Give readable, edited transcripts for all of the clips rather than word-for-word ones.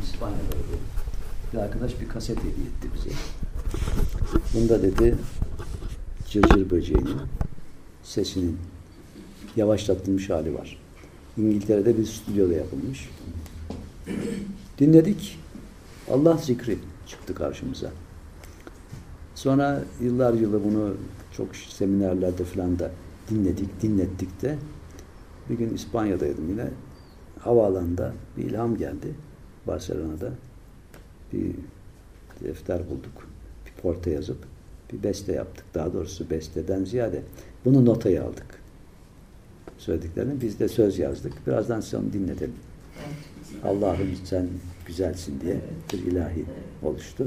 İspanya'da bir arkadaş bir kaset hediye etti bize. Bunda dedi cırcır böceğinin sesinin yavaşlatılmış hali var. İngiltere'de bir stüdyoda yapılmış. Dinledik. Allah zikri çıktı karşımıza. Sonra yıllar yılı bunu çok seminerlerde falan da dinlettik de bir gün İspanya'daydım yine. Havaalanında bir ilham geldi. Barcelona'da bir defter bulduk. Bir portre yazıp bir beste yaptık. Daha doğrusu besteden ziyade bunu notaya aldık. Söylediklerini biz de söz yazdık. Birazdan size onu dinletelim. Allah'ım sen güzelsin diye bir ilahi oluştu.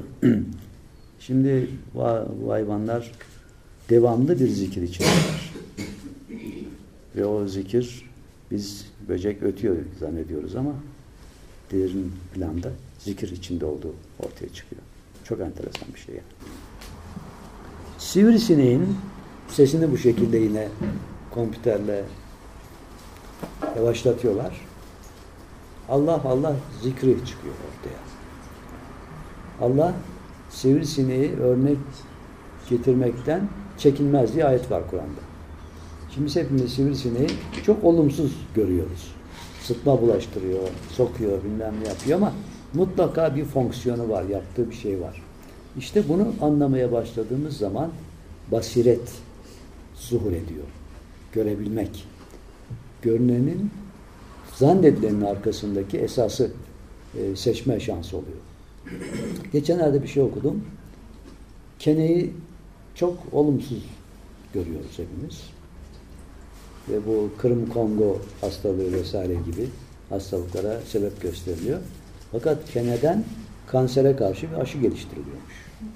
Şimdi bu hayvanlar devamlı bir zikir içindeler. Ve o zikir biz böcek ötüyor zannediyoruz ama derin planda zikir içinde olduğu ortaya çıkıyor. Çok enteresan bir şey yani. Sivrisineğin sesini bu şekilde yine kompüterle yavaşlatıyorlar. Allah Allah zikri çıkıyor ortaya. Allah sivrisineği örnek getirmekten çekinmez diye ayet var Kur'an'da. Şimdi biz hepimiz sivrisineği çok olumsuz görüyoruz. Sıtma bulaştırıyor, sokuyor, bilmem ne yapıyor ama mutlaka bir fonksiyonu var, yaptığı bir şey var. İşte bunu anlamaya başladığımız zaman basiret zuhur ediyor. Görebilmek. Görünenin zannedilenin arkasındaki esası seçme şansı oluyor. Geçenlerde bir şey okudum. Keneyi çok olumsuz görüyoruz hepimiz. Ve bu Kırım Kongo hastalığı vesaire gibi hastalıklara sebep gösteriliyor. Fakat keneden kansere karşı bir aşı geliştiriliyormuş.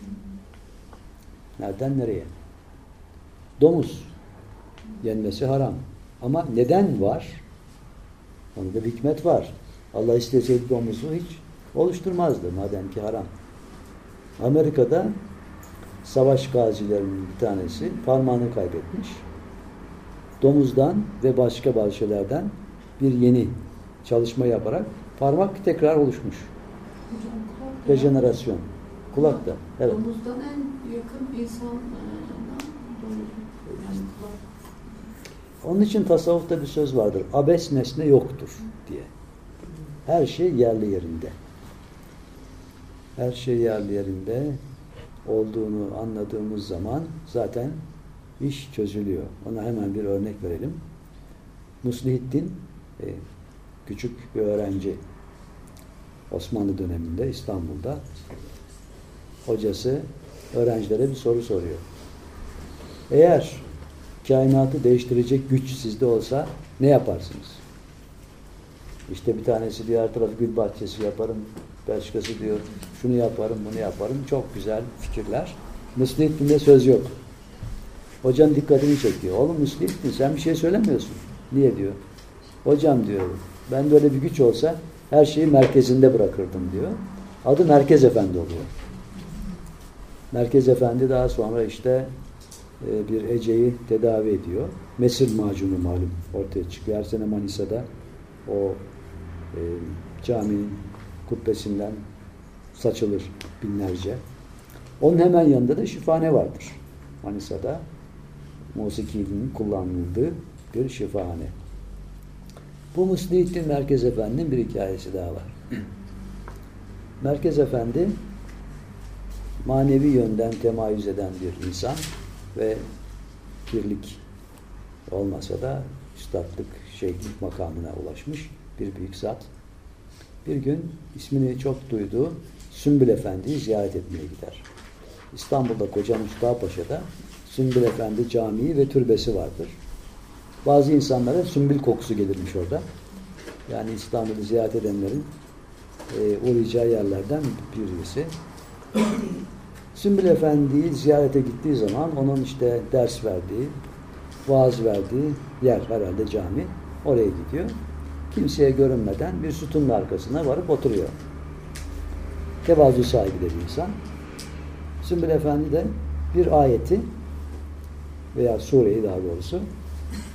Nereden nereye? Domuz yenmesi haram. Ama neden var? Onda bir hikmet var. Allah isteseydi domuzu hiç oluşturmazdı madem ki haram. Amerika'da savaş gazilerinin bir tanesi parmağını kaybetmiş. Domuzdan ve başka şeylerden bir yeni çalışma yaparak parmak tekrar oluşmuş. Rejenerasyon. Kulakta. Evet. Domuzdan en yakın insan Onun için tasavvufta bir söz vardır. Abes nesne yoktur diye. Her şey yerli yerinde. Her şey yerli yerinde olduğunu anladığımız zaman zaten iş çözülüyor. Ona hemen bir örnek verelim. Muslihiddin küçük bir öğrenci Osmanlı döneminde İstanbul'da hocası öğrencilere bir soru soruyor. Eğer kainatı değiştirecek güç sizde olsa ne yaparsınız? İşte bir tanesi diğer tarafı gül bahçesi yaparım. Başkası diyor şunu yaparım, bunu yaparım. Çok güzel fikirler. Muslihiddin'de söz yok. Hocam dikkatini çekiyor. Oğlum Muslihiddin sen bir şey söylemiyorsun. Niye diyor. Hocam diyor ben böyle bir güç olsa her şeyi merkezinde bırakırdım diyor. Adı Merkez Efendi oluyor. Merkez Efendi daha sonra işte bir Ece'yi tedavi ediyor. Mesir macunu malum ortaya çıkıyor. Her sene Manisa'da o caminin kubbesinden saçılır binlerce. Onun hemen yanında da şifahane vardır. Manisa'da musikinin kullanıldığı bir şifahane. Bu Muslihiddin Merkez Efendi'nin bir hikayesi daha var. Merkez Efendi manevi yönden temayüz eden bir insan ve pirlik olmasa da üstadlık, şeyhlik makamına ulaşmış bir büyük zat. Bir gün ismini çok duyduğu Sümbül Efendi'yi ziyaret etmeye gider. İstanbul'da Koca Mustafa Paşa'da Sümbül Efendi Camii ve türbesi vardır. Bazı insanlara sümbül kokusu gelirmiş orada. Yani İstanbul'u ziyaret edenlerin uğrayacağı yerlerden birisi. Sümbül Efendi'yi ziyarete gittiği zaman onun işte ders verdiği, vaaz verdiği yer herhalde cami. Oraya gidiyor. Kimseye görünmeden bir sütunun arkasına varıp oturuyor. Tevazu sahibi de bir insan. Sümbül Efendi de bir ayeti veya sureyi daha doğrusu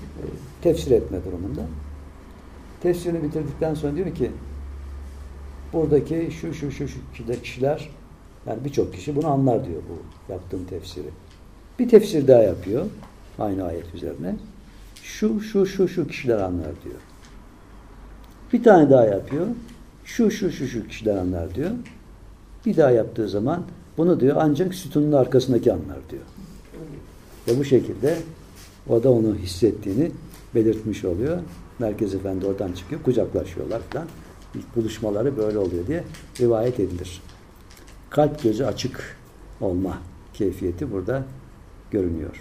tefsir etme durumunda. Tefsirini bitirdikten sonra diyor ki buradaki şu kişiler, yani birçok kişi bunu anlar diyor bu yaptığım tefsiri. Bir tefsir daha yapıyor aynı ayet üzerine. Şu kişiler anlar diyor. Bir tane daha yapıyor. Şu kişiler anlar diyor. Bir daha yaptığı zaman bunu diyor ancak sütunun arkasındaki anlar diyor. Ve bu şekilde o da onu hissettiğini belirtmiş oluyor. Merkez Efendi oradan çıkıyor. Kucaklaşıyorlar falan. İlk buluşmaları böyle oluyor diye rivayet edilir. Kalp gözü açık olma keyfiyeti burada görünüyor.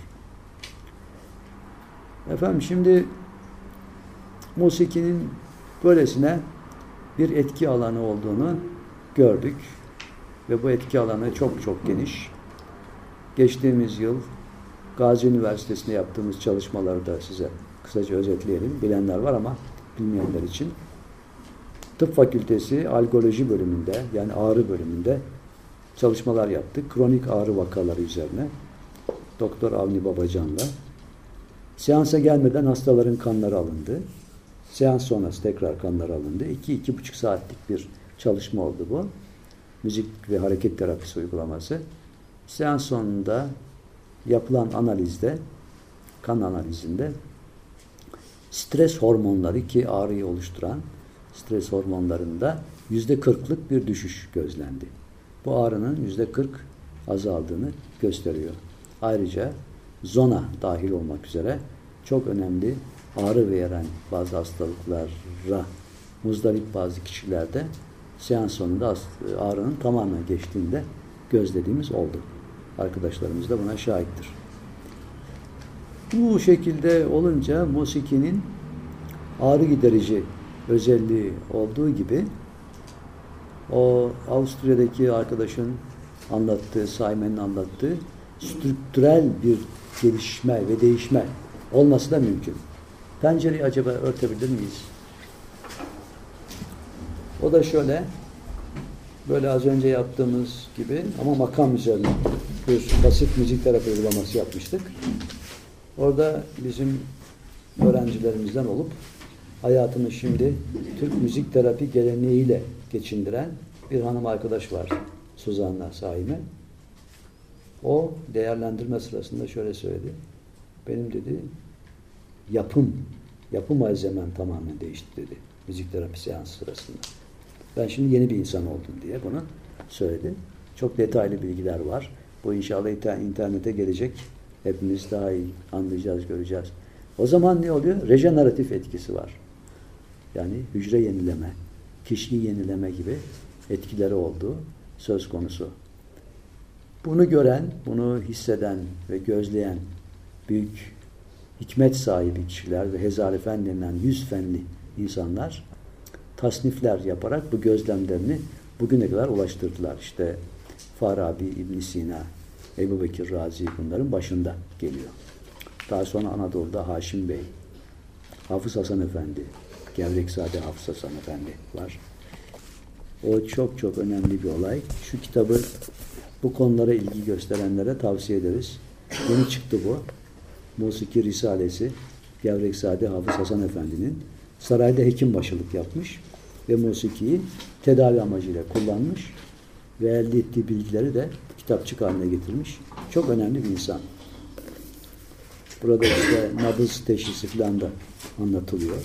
Efendim şimdi musikinin böylesine bir etki alanı olduğunu gördük. Ve bu etki alanı çok çok geniş. Geçtiğimiz yıl Gazi Üniversitesi'nde yaptığımız çalışmaları da size kısaca özetleyelim. Bilenler var ama bilmeyenler için. Tıp Fakültesi Algoloji bölümünde, yani ağrı bölümünde çalışmalar yaptık. Kronik ağrı vakaları üzerine. Doktor Avni Babacan'la. Seansa gelmeden hastaların kanları alındı. Seans sonrası tekrar kanlar alındı. 2-2,5 saatlik bir çalışma oldu bu. Müzik ve hareket terapisi uygulaması. Seans sonunda yapılan analizde, kan analizinde stres hormonları, ki ağrıyı oluşturan stres hormonlarında %40'lık bir düşüş gözlendi. Bu ağrının %40 azaldığını gösteriyor. Ayrıca zona dahil olmak üzere çok önemli ağrı veren bazı hastalıklara muzdarip bazı kişilerde seans sonunda ağrının tamamen geçtiğinde gözlediğimiz oldu. Arkadaşlarımız da buna şahittir. Bu şekilde olunca musikinin ağrı giderici özelliği olduğu gibi o Avusturya'daki arkadaşın anlattığı, Simon'ın anlattığı strüktürel bir gelişme ve değişme olması da mümkün. Pencereyi acaba örtebilir miyiz? O da şöyle, böyle az önce yaptığımız gibi ama makam üzerine bir basit müzik terapi uygulaması yapmıştık. Orada bizim öğrencilerimizden olup hayatını şimdi Türk müzik terapi geleneğiyle geçindiren bir hanım arkadaş var. Suzanna Saime. O değerlendirme sırasında şöyle söyledi. Benim dedi yapı malzemem tamamen değişti dedi. Müzik terapi seansı sırasında. Ben şimdi yeni bir insan oldum diye bunu söyledi. Çok detaylı bilgiler var. Bu inşallah internete gelecek. Hepimiz daha iyi anlayacağız, göreceğiz. O zaman ne oluyor? Rejeneratif etkisi var. Yani hücre yenileme, kişiliği yenileme gibi etkileri olduğu söz konusu. Bunu gören, bunu hisseden ve gözleyen büyük hikmet sahibi kişiler ve hezarfen denilen 100 fenli insanlar tasnifler yaparak bu gözlemlerini bugüne kadar ulaştırdılar. İşte Farabi, İbn Sina, Ebu Bekir Razi bunların başında geliyor. Daha sonra Anadolu'da Haşim Bey, Hafız Hasan Efendi, Gevrekzade Hafız Hasan Efendi var. O çok çok önemli bir olay. Şu kitabı bu konulara ilgi gösterenlere tavsiye ederiz. Yeni çıktı bu. Musiki Risalesi, Gevrekzade Hafız Hasan Efendi'nin. Sarayda hekim başılık yapmış ve musikiyi tedavi amacıyla kullanmış ve elde ettiği bilgileri de kitapçık haline getirmiş. Çok önemli bir insan. Burada işte nabız teşhisi falan da anlatılıyor.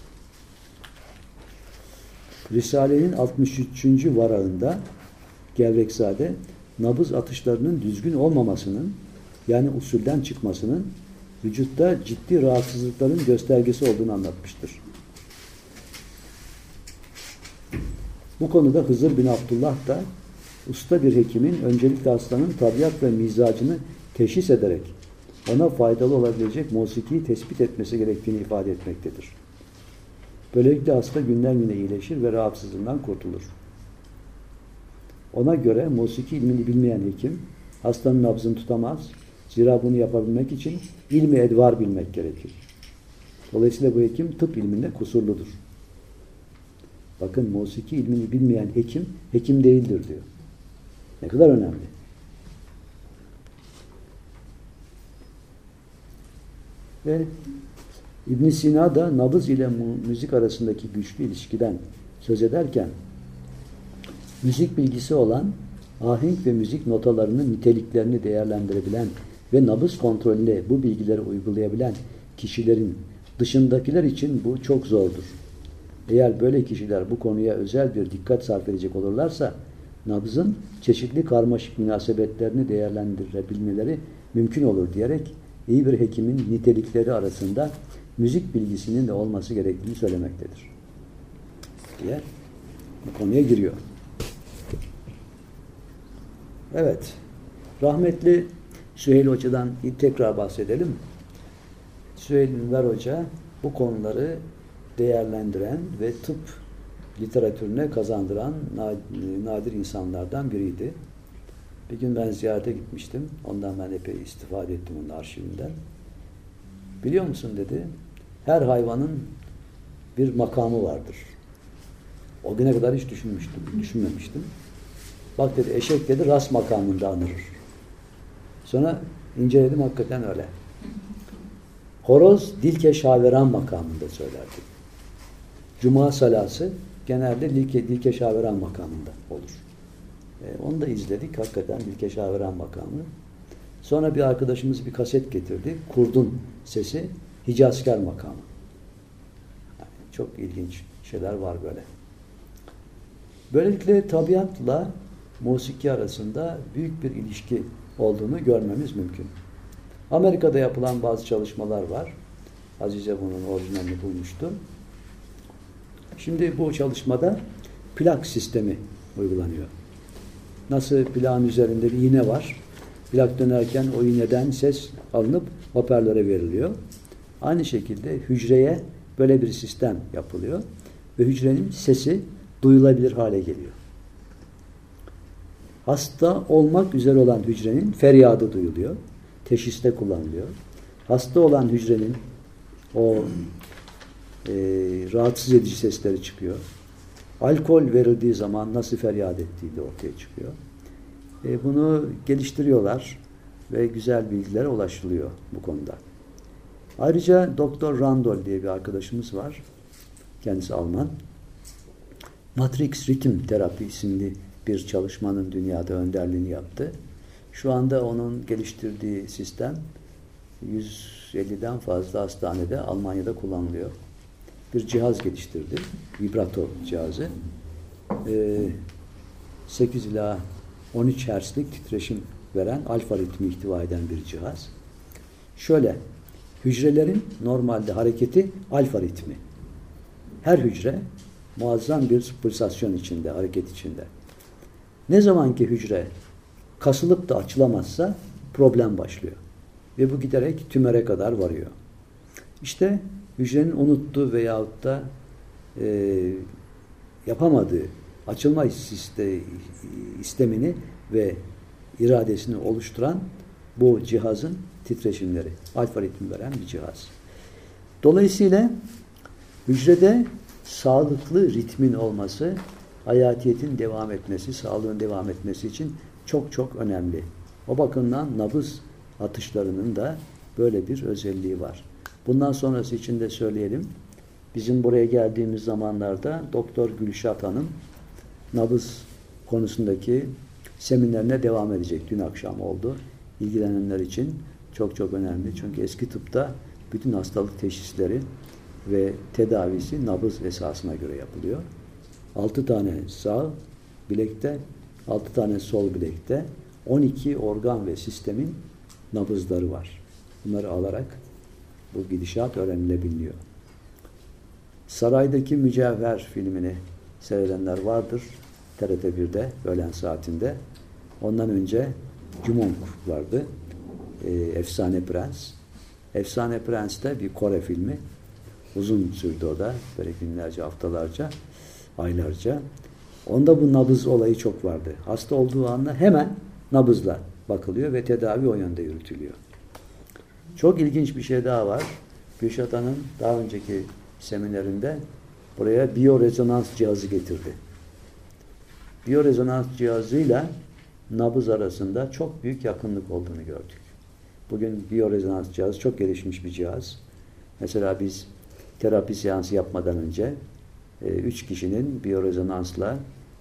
Risale'nin 63. varağında Gevrekzade nabız atışlarının düzgün olmamasının, yani usulden çıkmasının vücutta ciddi rahatsızlıkların göstergesi olduğunu anlatmıştır. Bu konuda Hızır bin Abdullah da usta bir hekimin öncelikle hastanın tabiat ve mizacını teşhis ederek ona faydalı olabilecek musikiyi tespit etmesi gerektiğini ifade etmektedir. Böylelikle hasta günden güne iyileşir ve rahatsızlığından kurtulur. Ona göre musiki ilmini bilmeyen hekim hastanın nabzını tutamaz. Zira bunu yapabilmek için ilmi edvar bilmek gerekir. Dolayısıyla bu hekim tıp ilminde kusurludur. Bakın musiki ilmini bilmeyen hekim, hekim değildir diyor. Ne kadar önemli. Ve İbn Sina da nabız ile müzik arasındaki güçlü ilişkiden söz ederken müzik bilgisi olan, ahenk ve müzik notalarının niteliklerini değerlendirebilen ve nabız kontrolüne bu bilgileri uygulayabilen kişilerin dışındakiler için bu çok zordur. Eğer böyle kişiler bu konuya özel bir dikkat sarf edecek olurlarsa, nabzın çeşitli karmaşık münasebetlerini değerlendirebilmeleri mümkün olur diyerek iyi bir hekimin nitelikleri arasında müzik bilgisinin de olması gerektiğini söylemektedir diye bu konuya giriyor. Evet. Rahmetli Süheyl Hoca'dan tekrar bahsedelim. Süheyl Ünver Hoca bu konuları değerlendiren ve tıp literatürüne kazandıran nadir insanlardan biriydi. Bir gün ben ziyarete gitmiştim. Ondan ben epey istifade ettim onun arşivinden. Biliyor musun dedi, her hayvanın bir makamı vardır. O güne kadar hiç düşünmemiştim. Bak dedi, eşek dedi ras makamında anırır. Sonra inceledim, hakikaten öyle. Horoz dilke şaveran makamında söylerdi. Cuma salası genelde dilke şaveran makamında olur. Onu da izledik. Hakikaten dilke şaveran makamı. Sonra bir arkadaşımız bir kaset getirdi. Kurdun sesi Hicazkar makamı. Yani çok ilginç şeyler var böyle. Böylelikle tabiatla musiki arasında büyük bir ilişki olduğunu görmemiz mümkün. Amerika'da yapılan bazı çalışmalar var. Azize bunun orijinalini bulmuştu. Şimdi bu çalışmada plak sistemi uygulanıyor. Nasıl plağın üzerinde bir iğne var. Plak dönerken o iğneden ses alınıp hoparlöre veriliyor. Aynı şekilde hücreye böyle bir sistem yapılıyor. Ve hücrenin sesi duyulabilir hale geliyor. Hasta olmak üzere olan hücrenin feryadı duyuluyor. Teşhiste kullanılıyor. Hasta olan hücrenin o rahatsız edici sesleri çıkıyor. Alkol verildiği zaman nasıl feryat ettiği de ortaya çıkıyor. Bunu geliştiriyorlar ve güzel bilgilere ulaşılıyor bu konuda. Ayrıca Doktor Randol diye bir arkadaşımız var. Kendisi Alman. Matrix Ritim Terapi isimli bir çalışmanın dünyada önderliğini yaptı. Şu anda onun geliştirdiği sistem 150'den fazla hastanede Almanya'da kullanılıyor. Bir cihaz geliştirdi. Vibrato cihazı. 8 ila 13 Hz'lik titreşim veren alfa ritmi ihtiva eden bir cihaz. Şöyle, hücrelerin normalde hareketi alfa ritmi. Her hücre muazzam bir pulsasyon içinde, hareket içinde. Ne zamanki hücre kasılıp da açılamazsa problem başlıyor. Ve bu giderek tümöre kadar varıyor. İşte hücrenin unuttuğu veyahut da yapamadığı açılma istemini ve iradesini oluşturan bu cihazın titreşimleri. Alfa ritmi veren bir cihaz. Dolayısıyla hücrede sağlıklı ritmin olması, hayatiyetin devam etmesi, sağlığın devam etmesi için çok çok önemli. O bakımdan nabız atışlarının da böyle bir özelliği var. Bundan sonrası için de söyleyelim. Bizim buraya geldiğimiz zamanlarda Doktor Gülşat Hanım nabız konusundaki seminerine devam edecek. Dün akşam oldu. İlgilenenler için çok çok önemli. Çünkü eski tıpta bütün hastalık teşhisleri ve tedavisi nabız esasına göre yapılıyor. 6 tane sağ bilekte, 6 tane sol bilekte 12 organ ve sistemin nabızları var. Bunları alarak bu gidişat öğrenilebiliyor. Saraydaki Mücevher filmini seyredenler vardır. TRT 1'de öğlen saatinde. Ondan önce Cumong vardı. Efsane Prens. Efsane Prens de bir Kore filmi. Uzun sürdü o da. Böyle günlerce, haftalarca, aylarca. Onda bu nabız olayı çok vardı. Hasta olduğu anda hemen nabızla bakılıyor ve tedavi o yönde yürütülüyor. Çok ilginç bir şey daha var. Gülşat Hanım daha önceki seminerinde buraya biyorezonans cihazı getirdi. Biyorezonans cihazıyla nabız arasında çok büyük yakınlık olduğunu gördük. Bugün biyorezonans cihazı çok gelişmiş bir cihaz. Mesela biz terapi seansı yapmadan önce 3 kişinin biyorezonansla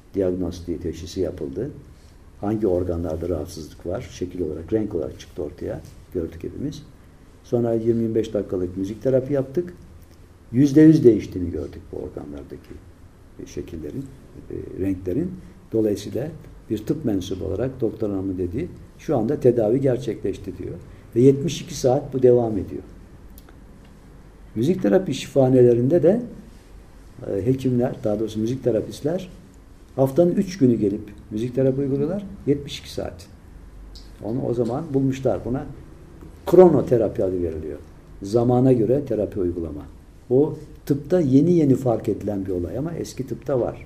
diagnostiği, teşhisi yapıldı. Hangi organlarda rahatsızlık var? Şekil olarak, renk olarak çıktı ortaya. Gördük hepimiz. Sonra 20-25 dakikalık müzik terapi yaptık. %100 değiştiğini gördük bu organlardaki şekillerin, renklerin. Dolayısıyla bir tıp mensubu olarak doktor hanımın dediği şu anda tedavi gerçekleşti diyor. Ve 72 saat bu devam ediyor. Müzik terapi şifahanelerinde de hekimler, daha doğrusu müzik terapistler haftanın 3 günü gelip müzik terapi uyguluyorlar. 72 saat. Onu o zaman bulmuşlar. Buna kronoterapi adı veriliyor. Zamana göre terapi uygulama. O tıpta yeni yeni fark edilen bir olay ama eski tıpta var.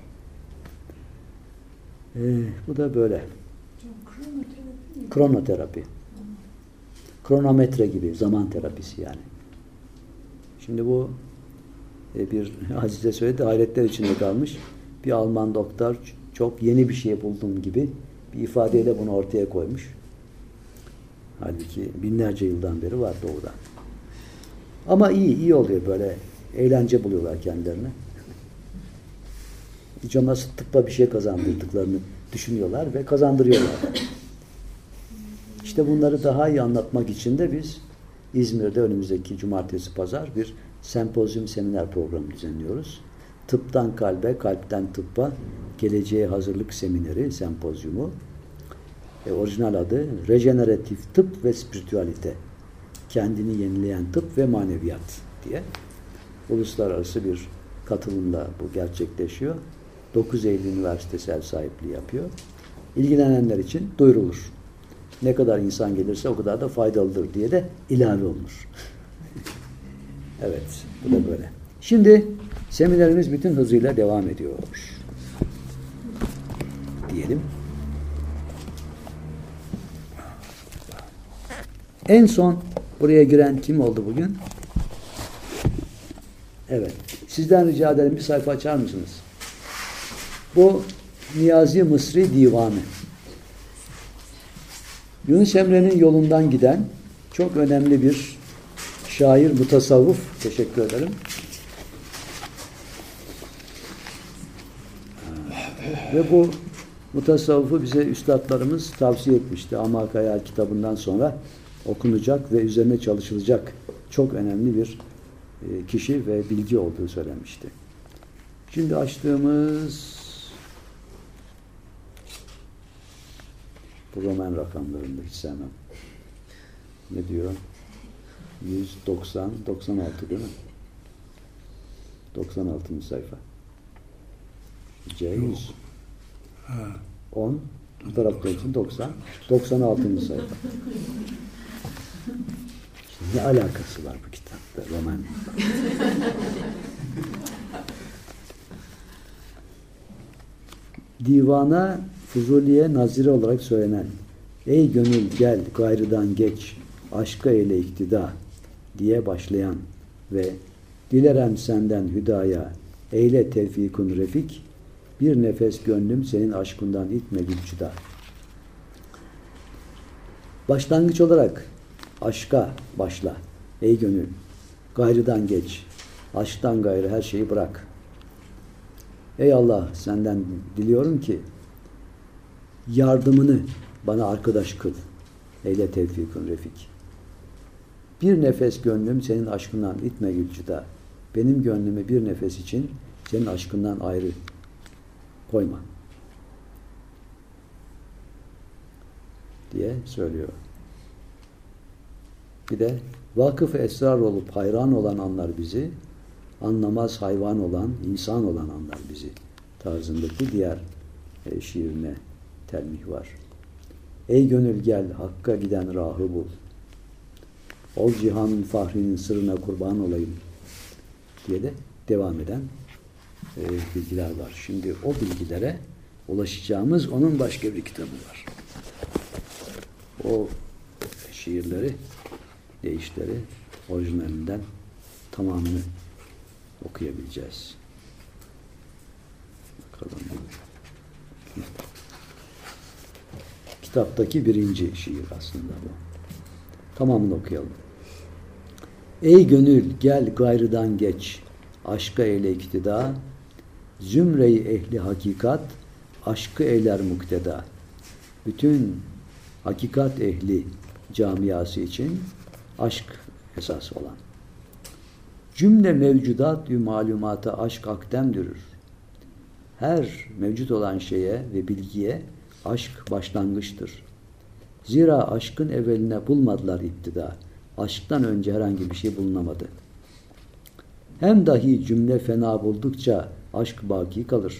Bu da böyle. Kronoterapi. Kronometre gibi zaman terapisi yani. Şimdi bu bir Azize söyledi, hayretler içinde kalmış. Bir Alman doktor çok yeni bir şey buldum gibi bir ifadeyle bunu ortaya koymuş. Halbuki binlerce yıldan beri var doğuda. Ama iyi oluyor böyle. Eğlence buluyorlar kendilerine. Hiç olmazsa tıpla bir şey kazandırdıklarını düşünüyorlar ve kazandırıyorlar. İşte bunları daha iyi anlatmak için de biz İzmir'de önümüzdeki cumartesi pazar bir sempozyum seminer programı düzenliyoruz. Tıptan kalbe, kalpten tıbba geleceğe hazırlık semineri, sempozyumu. Orijinal adı Rejeneratif Tıp ve Spiritüalite. Kendini yenileyen tıp ve maneviyat diye. Uluslararası bir katılımla bu gerçekleşiyor. 9 Eylül Üniversitesi ev sahipliği yapıyor. İlgilenenler için duyurulur. Ne kadar insan gelirse o kadar da faydalıdır diye de ilave olunur. Evet, bu da böyle. Şimdi seminerimiz bütün hızıyla devam ediyor. Diyelim. En son buraya giren kim oldu bugün? Evet. Sizden rica ederim bir sayfa açar mısınız? Bu Niyazi Mısri Divanı. Yunus Emre'nin yolundan giden çok önemli bir şair, mutasavvuf. Teşekkür ederim. Ve bu mutasavvufu bize üstadlarımız tavsiye etmişti. Amak Hayal kitabından sonra okunacak ve üzerine çalışılacak çok önemli bir kişi ve bilgi olduğu söylenmişti. Şimdi açtığımız bu roman rakamlarını hiç sevmem. Ne diyor? 190, 96 değil mi? 96. sayfa. C100. 10. Bu tarafta için 90. 96. sayfa. Ne alakası var bu kitapta? Roman. Divana Fuzuli'ye nazire olarak söylenen ey gönül gel gayrıdan geç aşka eyle iktida diye başlayan ve dilerem senden hüdaya eyle tevfikun refik bir nefes gönlüm senin aşkından itme gülçüda. Başlangıç olarak aşka başla ey gönül gayrıdan geç aşktan gayrı her şeyi bırak. Ey Allah senden diliyorum ki yardımını bana arkadaş kıl. Eyle tevfikun refik. Bir nefes gönlüm senin aşkından itme gülcüda. Benim gönlümü bir nefes için senin aşkından ayrı koyma. Diye söylüyor. Bir de vakıf esrar olup hayran olan anlar bizi, anlamaz hayvan olan, insan olan anlar bizi tarzındaki diğer şiirine telmih var. Ey gönül gel, hakka giden rahı bul. Ol cihanın fahrinin sırrına kurban olayım diye de devam eden bilgiler var. Şimdi o bilgilere ulaşacağımız onun başka bir kitabı var. O şiirleri, deyişleri orijinalinden tamamını okuyabileceğiz. Bakalım. Kitaptaki birinci şiir aslında bu. Tamamını okuyalım. Ey gönül gel gayrıdan geç, aşka eyle iktida, zümre-i ehli hakikat, aşkı eyler mukteda. Bütün hakikat ehli camiası için aşk esas olan. Cümle mevcudat-ü malumata aşk akdemdürür. Her mevcut olan şeye ve bilgiye aşk başlangıçtır. Zira aşkın evveline bulmadılar iptida. Aşktan önce herhangi bir şey bulunamadı. Hem dahi cümle fena buldukça aşk baki kalır.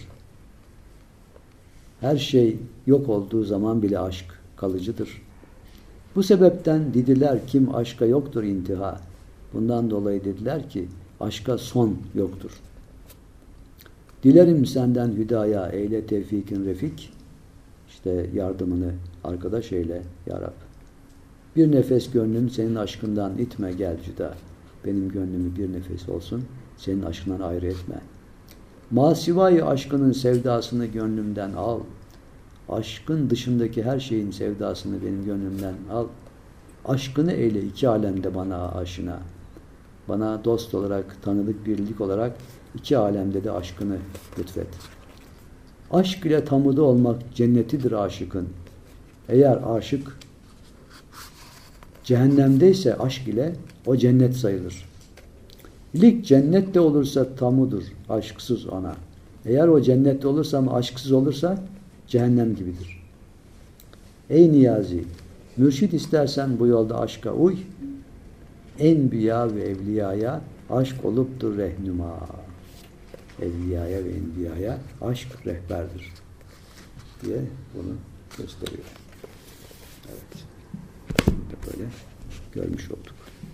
Her şey yok olduğu zaman bile aşk kalıcıdır. Bu sebepten dediler kim aşka yoktur intiha. Bundan dolayı dediler ki aşka son yoktur. Dilerim senden hüdaya eyle tevfikin refik. İşte yardımını arkadaş eyle ya Rab. Bir nefes gönlüm senin aşkından itme gel cüda. Benim gönlümü bir nefes olsun senin aşkından ayrı etme. Masivayı aşkının sevdasını gönlümden al. Aşkın dışındaki her şeyin sevdasını benim gönlümden al. Aşkını eyle iki alemde bana aşina. Bana dost olarak, tanıdık birlik olarak iki alemde de aşkını lütfet. Aşk ile tamudu olmak cennetidir aşıkın. Eğer aşık cehennemdeyse aşk ile o cennet sayılır. İlik cennette olursa tamudur, aşksız ona. Eğer o cennette olursa ama aşksız olursa cehennem gibidir. Ey Niyazi, mürşit istersen bu yolda aşka uy, enbiya ve evliyaya aşk oluptur rehnuma. Evliyaya ve enbiyaya aşk rehberdir diye bunu gösteriyor. Evet. Böyle görmüş olduk.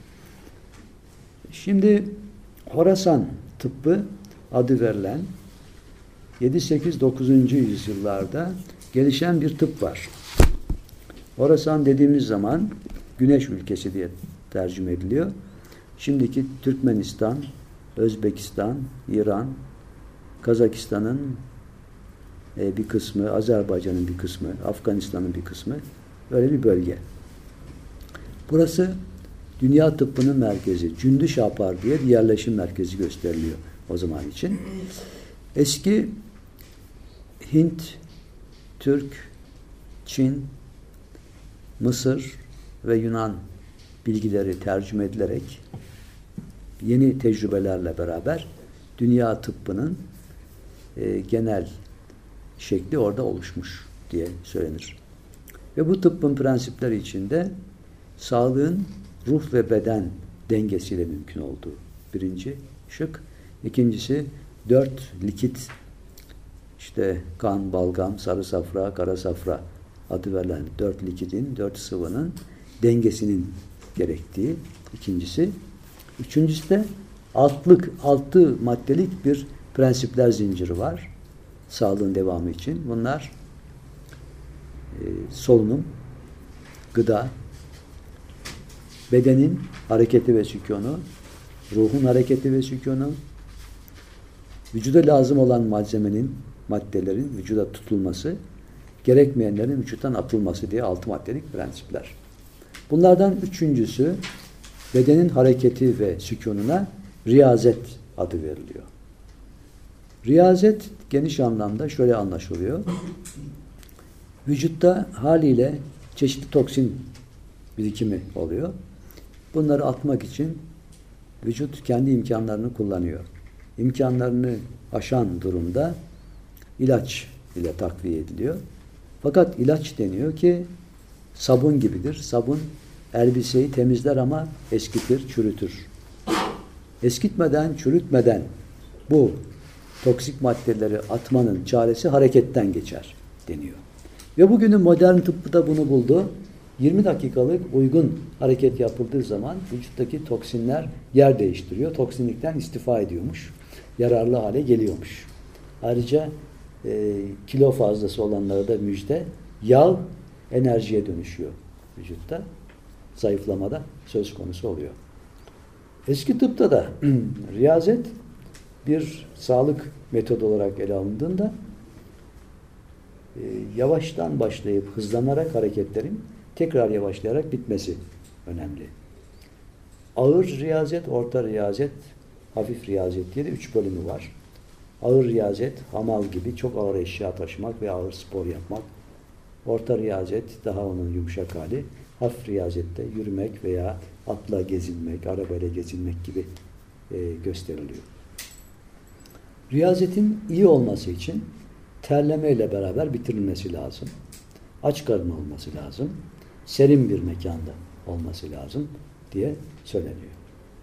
Şimdi Horasan tıbbı adı verilen 7-8-9. yüzyıllarda gelişen bir tıp var. Horasan dediğimiz zaman Güneş ülkesi diye tercüme ediliyor. Şimdiki Türkmenistan, Özbekistan, İran, Kazakistan'ın bir kısmı, Azerbaycan'ın bir kısmı, Afganistan'ın bir kısmı öyle bir bölge. Burası dünya tıbbının merkezi. Cündü Şapar diye bir yerleşim merkezi gösteriliyor o zaman için. Eski Hint, Türk, Çin, Mısır ve Yunan bilgileri tercüme edilerek yeni tecrübelerle beraber dünya tıbbının genel şekli orada oluşmuş diye söylenir. Ve bu tıbbın prensipleri içinde sağlığın ruh ve beden dengesiyle mümkün olduğu birinci şık. İkincisi 4 likit işte kan, balgam, sarı safra, kara safra adı verilen 4 likidin, 4 sıvının dengesinin gerektiği ikincisi. Üçüncüsü de altı maddelik bir prensipler zinciri var. Sağlığın devamı için. Bunlar solunum, gıda, bedenin hareketi ve sükûnu, ruhun hareketi ve sükûnu, vücuda lazım olan maddelerin vücuda tutulması, gerekmeyenlerin vücuttan atılması diye 6 maddelik prensipler. Bunlardan üçüncüsü bedenin hareketi ve sükûnuna riyazet adı veriliyor. Riyazet geniş anlamda şöyle anlaşılıyor. Vücutta haliyle çeşitli toksin birikimi oluyor. Bunları atmak için vücut kendi imkanlarını kullanıyor. İmkanlarını aşan durumda ilaç ile takviye ediliyor. Fakat ilaç deniyor ki sabun gibidir. Sabun elbiseyi temizler ama eskitir, çürütür. Eskitmeden, çürütmeden bu toksik maddeleri atmanın çaresi hareketten geçer deniyor. Ve bugünün modern tıbbı da bunu buldu. 20 dakikalık uygun hareket yapıldığı zaman vücuttaki toksinler yer değiştiriyor. Toksinlikten istifa ediyormuş. Yararlı hale geliyormuş. Ayrıca kilo fazlası olanlara da müjde. Yağ enerjiye dönüşüyor vücutta. Zayıflamada söz konusu oluyor. Eski tıpta da riyazet bir sağlık metodu olarak ele alındığında yavaştan başlayıp hızlanarak hareketlerin tekrar yavaşlayarak bitmesi önemli. Ağır riyazet, orta riyazet, hafif riyazet diye de 3 bölümü var. Ağır riyazet, hamal gibi çok ağır eşya taşımak ve ağır spor yapmak. Orta riyazet, daha onun yumuşak hali. Hafif riyazette yürümek veya atla gezinmek, arabayla gezinmek gibi gösteriliyor. Riyazetin iyi olması için terlemeyle beraber bitirilmesi lazım. Aç karın olması lazım. Serin bir mekanda olması lazım diye söyleniyor.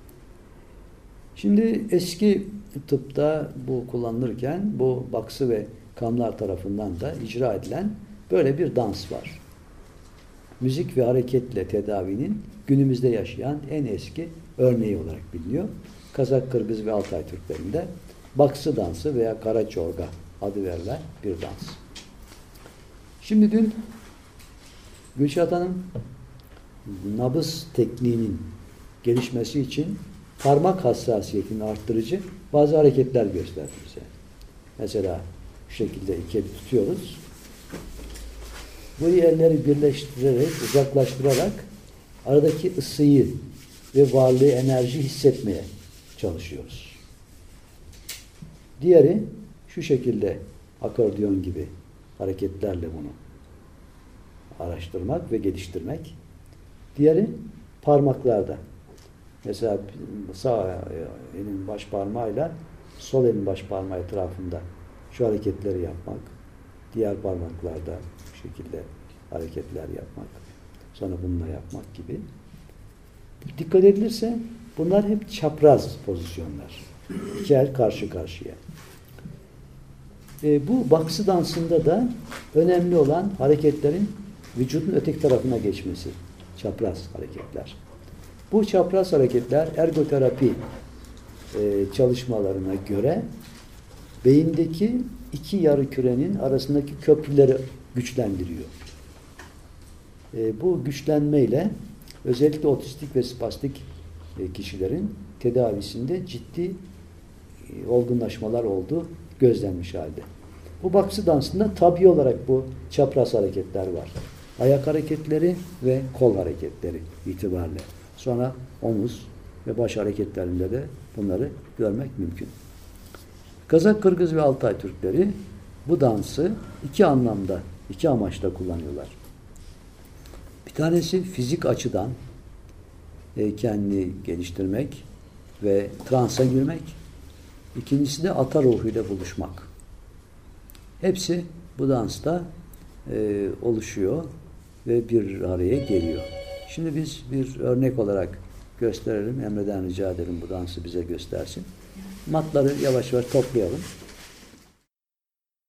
Şimdi eski tıpta bu kullanılırken bu Baksı ve Kamlar tarafından da icra edilen böyle bir dans var. Müzik ve hareketle tedavinin günümüzde yaşayan en eski örneği olarak biliniyor. Kazak, Kırgız ve Altay Türklerinde Baksı dansı veya Karaçorga adı verilen bir dans. Şimdi dün Gülşah Hanım nabız tekniğinin gelişmesi için parmak hassasiyetini arttırıcı bazı hareketler gösterdi bize. Mesela şu şekilde iki eli tutuyoruz. Bu elleri birleştirerek, uzaklaştırarak aradaki ısıyı ve varlığı, enerji hissetmeye çalışıyoruz. Diğeri şu şekilde akordeon gibi hareketlerle bunu araştırmak ve geliştirmek. Diğeri parmaklarda. Mesela sağ elin baş parmağıyla sol elin baş parmağı etrafında şu hareketleri yapmak. Diğer parmaklarda bu şekilde hareketler yapmak. Sonra bununla yapmak gibi. Dikkat edilirse bunlar hep çapraz pozisyonlar. İki el karşı karşıya. Bu Baksı dansında da önemli olan hareketlerin vücudun öteki tarafına geçmesi. Çapraz hareketler. Bu çapraz hareketler ergoterapi çalışmalarına göre beyindeki iki yarı kürenin arasındaki köprüleri güçlendiriyor. Bu güçlenmeyle özellikle otistik ve spastik kişilerin tedavisinde ciddi olgunlaşmalar olduğu gözlenmiş halde. Bu Baksı dansında tabii olarak bu çapraz hareketler var. Ayak hareketleri ve kol hareketleri itibariyle. Sonra omuz ve baş hareketlerinde de bunları görmek mümkün. Kazak, Kırgız ve Altay Türkleri bu dansı iki anlamda, iki amaçla kullanıyorlar. Bir tanesi fizik açıdan kendini geliştirmek ve transa girmek. İkincisi de ata ruhuyla buluşmak. Hepsi bu dansta oluşuyor ve bir araya geliyor. Şimdi biz bir örnek olarak gösterelim. Emre'den rica edelim bu dansı bize göstersin. Matları yavaş yavaş toplayalım.